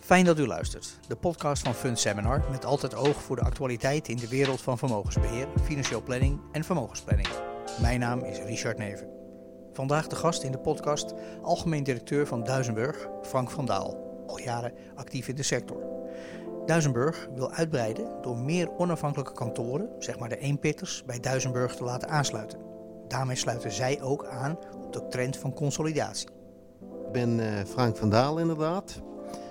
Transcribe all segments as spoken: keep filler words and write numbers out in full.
Fijn dat u luistert. De podcast van Fund Seminar met altijd oog voor de actualiteit in de wereld van vermogensbeheer, financieel planning en vermogensplanning. Mijn naam is Richard Neven. Vandaag de gast in de podcast, algemeen directeur van Duisenburg, Frank van Daal, al jaren actief in de sector. Duisenburg wil uitbreiden door meer onafhankelijke kantoren, zeg maar de eenpitters, bij Duisenburg te laten aansluiten. Daarmee sluiten zij ook aan op de trend van consolidatie. Ik ben uh, Frank van Daal inderdaad.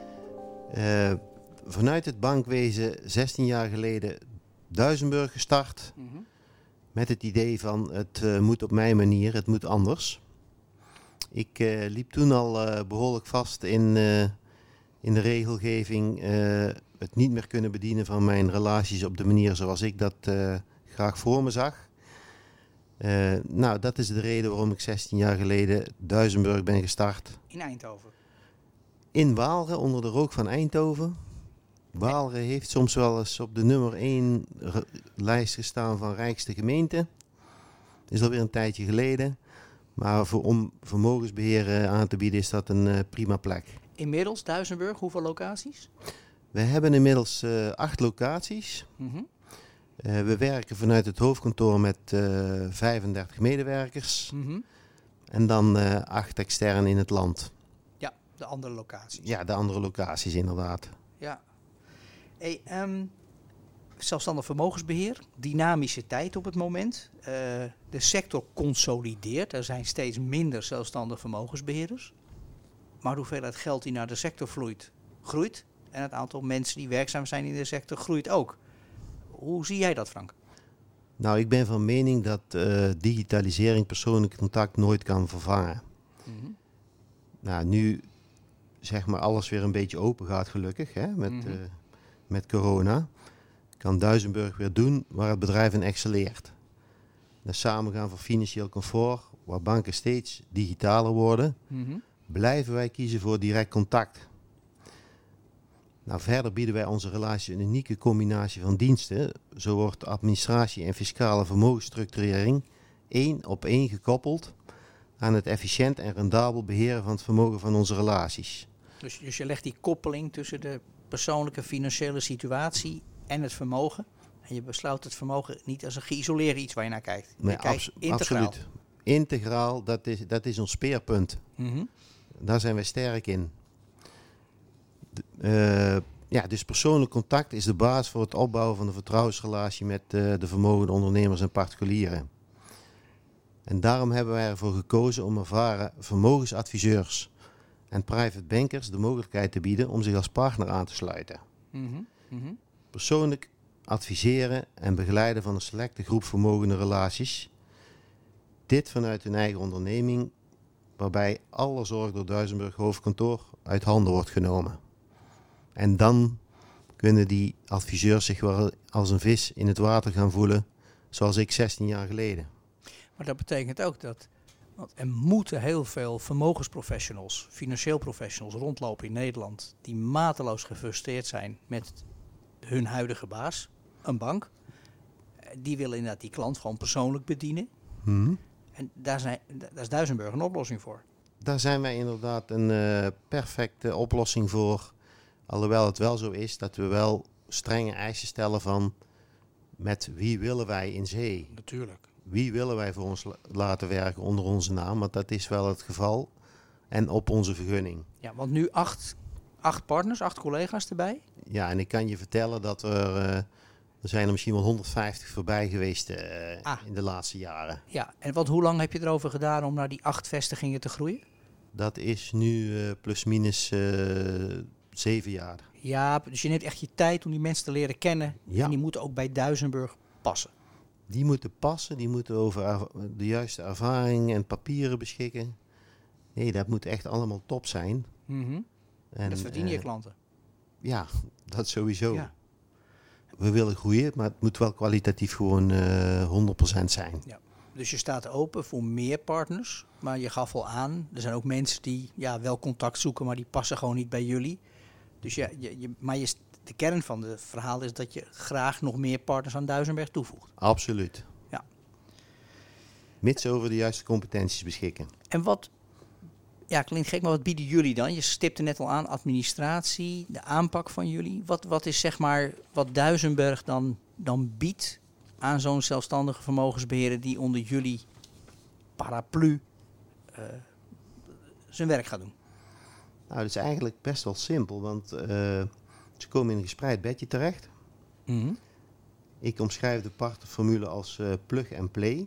Uh, vanuit het bankwezen zestien jaar geleden Duisenburg gestart. Mm-hmm. Met het idee van het uh, moet op mijn manier, het moet anders. Ik uh, liep toen al uh, behoorlijk vast in, uh, in de regelgeving. Uh, het niet meer kunnen bedienen van mijn relaties op de manier zoals ik dat uh, graag voor me zag. Uh, nou, dat is de reden waarom ik zestien jaar geleden Duisenburg ben gestart. In Eindhoven? In Waalre, onder de rook van Eindhoven. Waalre heeft soms wel eens op de nummer één re- lijst gestaan van rijkste gemeenten. Is alweer een tijdje geleden. Maar voor, om vermogensbeheer uh, aan te bieden is dat een uh, prima plek. Inmiddels Duisenburg, hoeveel locaties? We hebben inmiddels uh, acht locaties. Mm-hmm. Uh, we werken vanuit het hoofdkantoor met uh, vijfendertig medewerkers. Mm-hmm. En dan uh, acht extern in het land. Ja, de andere locaties. Ja, de andere locaties inderdaad. Ja. Hey, um, zelfstandig vermogensbeheer, dynamische tijd op het moment. Uh, de sector consolideert, er zijn steeds minder zelfstandig vermogensbeheerders. Maar de hoeveelheid geld die naar de sector vloeit, groeit. En het aantal mensen die werkzaam zijn in de sector groeit ook. Hoe zie jij dat, Frank? Nou, ik ben van mening dat uh, digitalisering persoonlijk contact nooit kan vervangen. Mm-hmm. Nou, nu zeg maar alles weer een beetje open gaat gelukkig, hè, met, mm-hmm. uh, met corona. Kan Duisenburg weer doen waar het bedrijf in excelleert. De samengaan van financieel comfort, waar banken steeds digitaler worden, mm-hmm. blijven wij kiezen voor direct contact. Nou, verder bieden wij onze relatie een unieke combinatie van diensten. Zo wordt administratie en fiscale vermogensstructurering één op één gekoppeld aan het efficiënt en rendabel beheren van het vermogen van onze relaties. Dus, dus je legt die koppeling tussen de persoonlijke financiële situatie en het vermogen. En je besluit het vermogen niet als een geïsoleerd iets waar je naar kijkt. Je nee, kijkt abs- integraal. Absoluut. Integraal, dat is, dat is ons speerpunt. Mm-hmm. Daar zijn wij sterk in. Uh, ja, dus persoonlijk contact is de basis voor het opbouwen van een vertrouwensrelatie met uh, de vermogende ondernemers en particulieren. En daarom hebben wij ervoor gekozen om ervaren vermogensadviseurs en private bankers de mogelijkheid te bieden om zich als partner aan te sluiten. Mm-hmm. Mm-hmm. Persoonlijk adviseren en begeleiden van een selecte groep vermogende relaties. Dit vanuit hun eigen onderneming, waarbij alle zorg door Duisenburg hoofdkantoor uit handen wordt genomen. En dan kunnen die adviseurs zich wel als een vis in het water gaan voelen, zoals ik zestien jaar geleden. Maar dat betekent ook dat, want er moeten heel veel vermogensprofessionals, financieel professionals rondlopen in Nederland, die mateloos gefrustreerd zijn met hun huidige baas, een bank. Die willen inderdaad die klant gewoon persoonlijk bedienen. Hmm. En daar, zijn, daar is Duisenburg een oplossing voor. Daar zijn wij inderdaad een uh, perfecte oplossing voor. Alhoewel het wel zo is dat we wel strenge eisen stellen van met wie willen wij in zee. Natuurlijk. Wie willen wij voor ons la- laten werken onder onze naam, want dat is wel het geval. En op onze vergunning. Ja, want nu acht, acht partners, acht collega's erbij. Ja, en ik kan je vertellen dat er, uh, er zijn er misschien wel honderdvijftig voorbij geweest uh, ah. in de laatste jaren. Ja, en wat, hoe lang heb je erover gedaan om naar die acht vestigingen te groeien? Dat is nu uh, plus minus uh, zeven jaar. Ja, dus je neemt echt je tijd om die mensen te leren kennen. Ja. En die moeten ook bij Duisenburg passen. Die moeten passen, die moeten over de juiste ervaring en papieren beschikken. Nee, dat moet echt allemaal top zijn. Mm-hmm. En dat verdienen uh, je klanten. Ja, dat sowieso. Ja. We willen groeien, maar het moet wel kwalitatief gewoon uh, honderd procent zijn. Ja. Dus je staat open voor meer partners, maar je gaf al aan, er zijn ook mensen die ja, wel contact zoeken, maar die passen gewoon niet bij jullie. Dus ja, je, je, maar je, de kern van het verhaal is dat je graag nog meer partners aan Duisenburg toevoegt. Absoluut. Ja. Mits over de juiste competenties beschikken. En wat Ja, klinkt gek, maar wat bieden jullie dan? Je stipte net al aan, administratie, de aanpak van jullie. Wat, wat is zeg maar wat Duisenberg dan, dan biedt aan zo'n zelfstandige vermogensbeheerder die onder jullie paraplu uh, zijn werk gaat doen? Nou, dat is eigenlijk best wel simpel, want uh, ze komen in een gespreid bedje terecht. Mm-hmm. Ik omschrijf de partnerformule als uh, plug and play.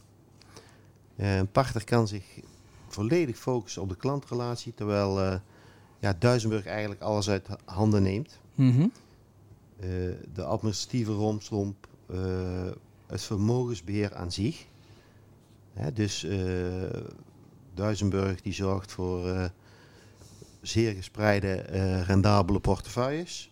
Uh, een partner kan zich volledig focussen op de klantrelatie, terwijl uh, ja, Duisenberg eigenlijk alles uit handen neemt. Mm-hmm. Uh, de administratieve rompslomp, uh, het vermogensbeheer aan zich. Hè, dus uh, Duisenberg die zorgt voor uh, zeer gespreide, uh, rendabele portefeuilles.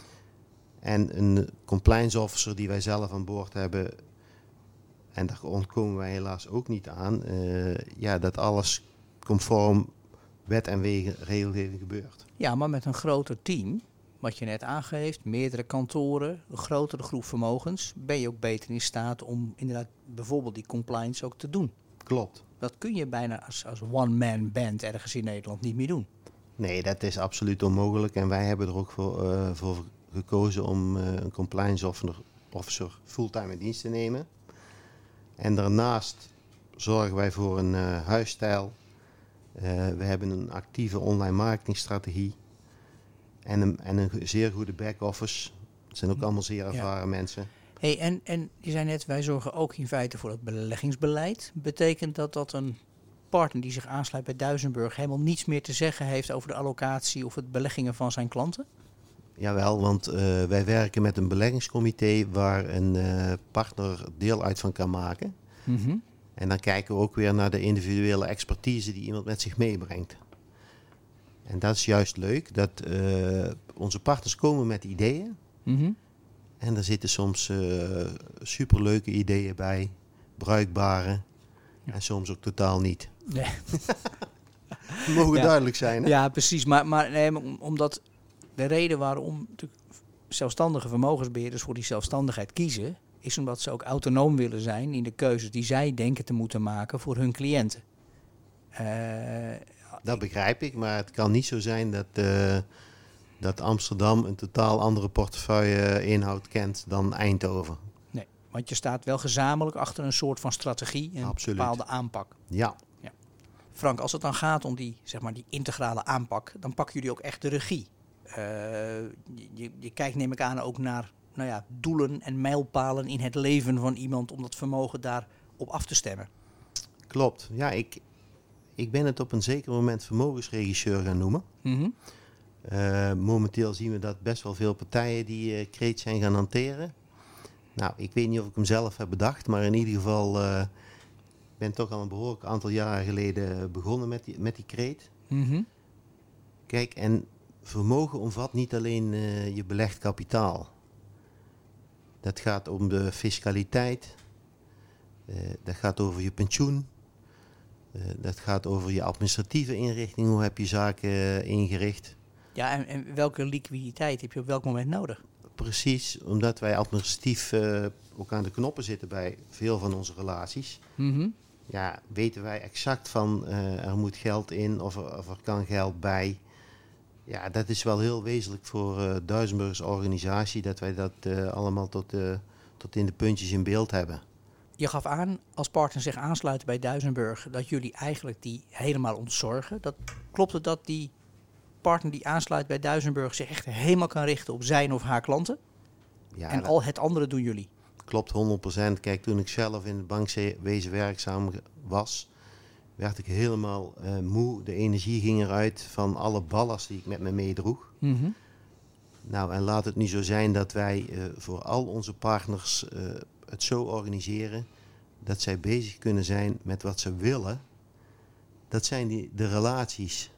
En een compliance officer die wij zelf aan boord hebben, en daar ontkomen wij helaas ook niet aan, uh, ja, dat alles conform wet en wegen, regelgeving gebeurt. Ja, maar met een groter team, wat je net aangeeft, meerdere kantoren, een grotere groep vermogens, ben je ook beter in staat om inderdaad bijvoorbeeld die compliance ook te doen. Klopt. Dat kun je bijna als, als one-man band ergens in Nederland niet meer doen. Nee, dat is absoluut onmogelijk en wij hebben er ook voor, uh, voor gekozen om uh, een compliance officer, officer fulltime in dienst te nemen. En daarnaast zorgen wij voor een uh, huisstijl. Uh, we hebben een actieve online marketingstrategie. En een, en een zeer goede back-office. Het zijn ook allemaal zeer ervaren ja. mensen. Hey, en, en je zei net, wij zorgen ook in feite voor het beleggingsbeleid. Betekent dat dat een partner die zich aansluit bij Duisenberg helemaal niets meer te zeggen heeft over de allocatie of het beleggingen van zijn klanten? Jawel, want uh, wij werken met een beleggingscomité waar een uh, partner deel uit van kan maken. Mm-hmm. En dan kijken we ook weer naar de individuele expertise die iemand met zich meebrengt. En dat is juist leuk, dat uh, onze partners komen met ideeën. Mm-hmm. En er zitten soms uh, superleuke ideeën bij, bruikbare, ja. En soms ook totaal niet. Nee. Mogen ja. duidelijk zijn, hè? Ja, precies. Maar, maar, nee, maar omdat de reden waarom zelfstandige vermogensbeheerders voor die zelfstandigheid kiezen, is omdat ze ook autonoom willen zijn in de keuzes die zij denken te moeten maken voor hun cliënten. Uh, dat begrijp ik, maar het kan niet zo zijn dat, uh, dat Amsterdam een totaal andere portefeuille inhoud kent dan Eindhoven. Nee, want je staat wel gezamenlijk achter een soort van strategie en Absoluut. Een bepaalde aanpak. Ja. ja. Frank, als het dan gaat om die, zeg maar, die integrale aanpak, dan pakken jullie ook echt de regie. Uh, je, je kijkt, neem ik aan, ook naar nou ja, doelen en mijlpalen in het leven van iemand om dat vermogen daarop af te stemmen. Klopt. Ja, ik, ik ben het op een zeker moment vermogensregisseur gaan noemen. Mm-hmm. Uh, momenteel zien we dat best wel veel partijen die uh, kreet zijn gaan hanteren. Nou, ik weet niet of ik hem zelf heb bedacht, maar in ieder geval uh, ben toch al een behoorlijk aantal jaren geleden begonnen met die, met die kreet. Mm-hmm. Kijk, en vermogen omvat niet alleen uh, je belegd kapitaal. Dat gaat om de fiscaliteit, uh, dat gaat over je pensioen, uh, dat gaat over je administratieve inrichting, hoe heb je zaken uh, ingericht. Ja, en, en welke liquiditeit heb je op welk moment nodig? Precies, omdat wij administratief uh, ook aan de knoppen zitten bij veel van onze relaties. Mm-hmm. Ja, weten wij exact van uh, er moet geld in of er, of er kan geld bij. Ja, dat is wel heel wezenlijk voor uh, Duisenbergs organisatie, dat wij dat uh, allemaal tot, uh, tot in de puntjes in beeld hebben. Je gaf aan, als partner zich aansluiten bij Duisenberg, dat jullie eigenlijk die helemaal ontzorgen. Dat, klopt het dat die partner die aansluit bij Duisenberg zich echt helemaal kan richten op zijn of haar klanten? Ja, en al het andere doen jullie? Klopt, honderd procent. Kijk, toen ik zelf in het bankwezen werkzaam was, werd ik helemaal uh, moe. De energie ging eruit van alle ballast die ik met me meedroeg. Mm-hmm. Nou, en laat het nu zo zijn dat wij uh, voor al onze partners uh, het zo organiseren dat zij bezig kunnen zijn met wat ze willen. Dat zijn die, de relaties.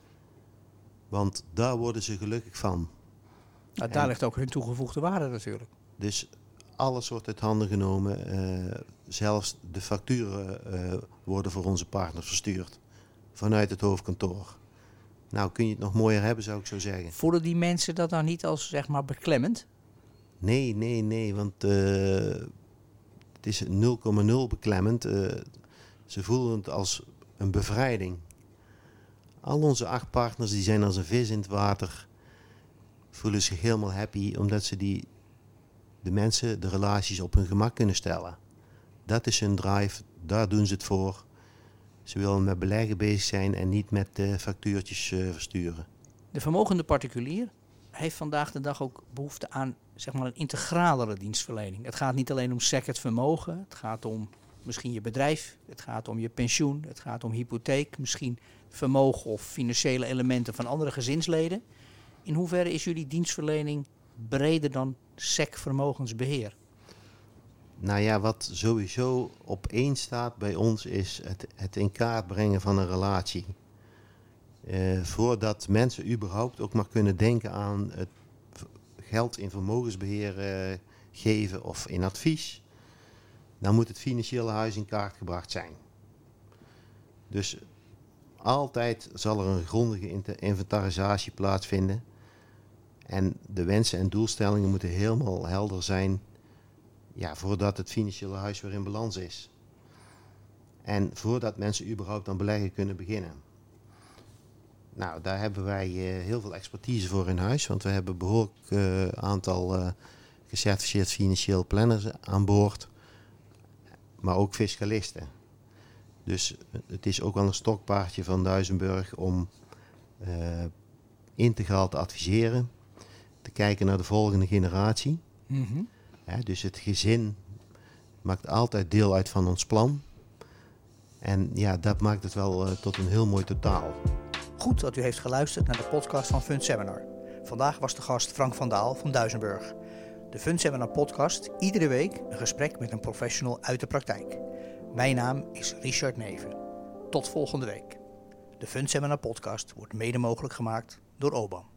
Want daar worden ze gelukkig van. Nou, daar en, ligt ook hun toegevoegde waarde natuurlijk. Dus alles wordt uit handen genomen. Uh, zelfs de facturen uh, worden voor onze partners verstuurd. Vanuit het hoofdkantoor. Nou, kun je het nog mooier hebben, zou ik zo zeggen. Voelen die mensen dat nou niet als, zeg maar, beklemmend? Nee, nee, nee. Want uh, het is nul komma nul beklemmend. Uh, ze voelen het als een bevrijding. Al onze acht partners die zijn als een vis in het water. Voelen zich helemaal happy omdat ze die, de mensen, de relaties op hun gemak kunnen stellen. Dat is hun drive, daar doen ze het voor. Ze willen met beleggen bezig zijn en niet met uh, factuurtjes uh, versturen. De vermogende particulier heeft vandaag de dag ook behoefte aan, zeg maar, een integralere dienstverlening. Het gaat niet alleen om second vermogen, het gaat om misschien je bedrijf, het gaat om je pensioen, het gaat om hypotheek, misschien vermogen of financiële elementen van andere gezinsleden. In hoeverre is jullie dienstverlening breder dan S E C vermogensbeheer? Nou ja, wat sowieso op één staat bij ons is het, het in kaart brengen van een relatie. Uh, voordat mensen überhaupt ook maar kunnen denken aan het geld in vermogensbeheer uh, geven of in advies, dan moet het financiële huis in kaart gebracht zijn. Dus altijd zal er een grondige inventarisatie plaatsvinden. En de wensen en doelstellingen moeten helemaal helder zijn, ja, voordat het financiële huis weer in balans is. En voordat mensen überhaupt aan beleggen kunnen beginnen. Nou, daar hebben wij uh, heel veel expertise voor in huis. Want we hebben een behoorlijk uh, aantal uh, gecertificeerd financieel planners aan boord. Maar ook fiscalisten. Dus het is ook wel een stokpaardje van Duisenburg om uh, integraal te adviseren. Te kijken naar de volgende generatie. Mm-hmm. Ja, dus het gezin maakt altijd deel uit van ons plan. En ja, dat maakt het wel uh, tot een heel mooi totaal. Goed dat u heeft geluisterd naar de podcast van FundSeminar. Vandaag was de gast Frank van Daal van Duisenburg. De FundSeminar podcast, iedere week een gesprek met een professional uit de praktijk. Mijn naam is Richard Neven. Tot volgende week. De FundSeminar podcast wordt mede mogelijk gemaakt door O B A M.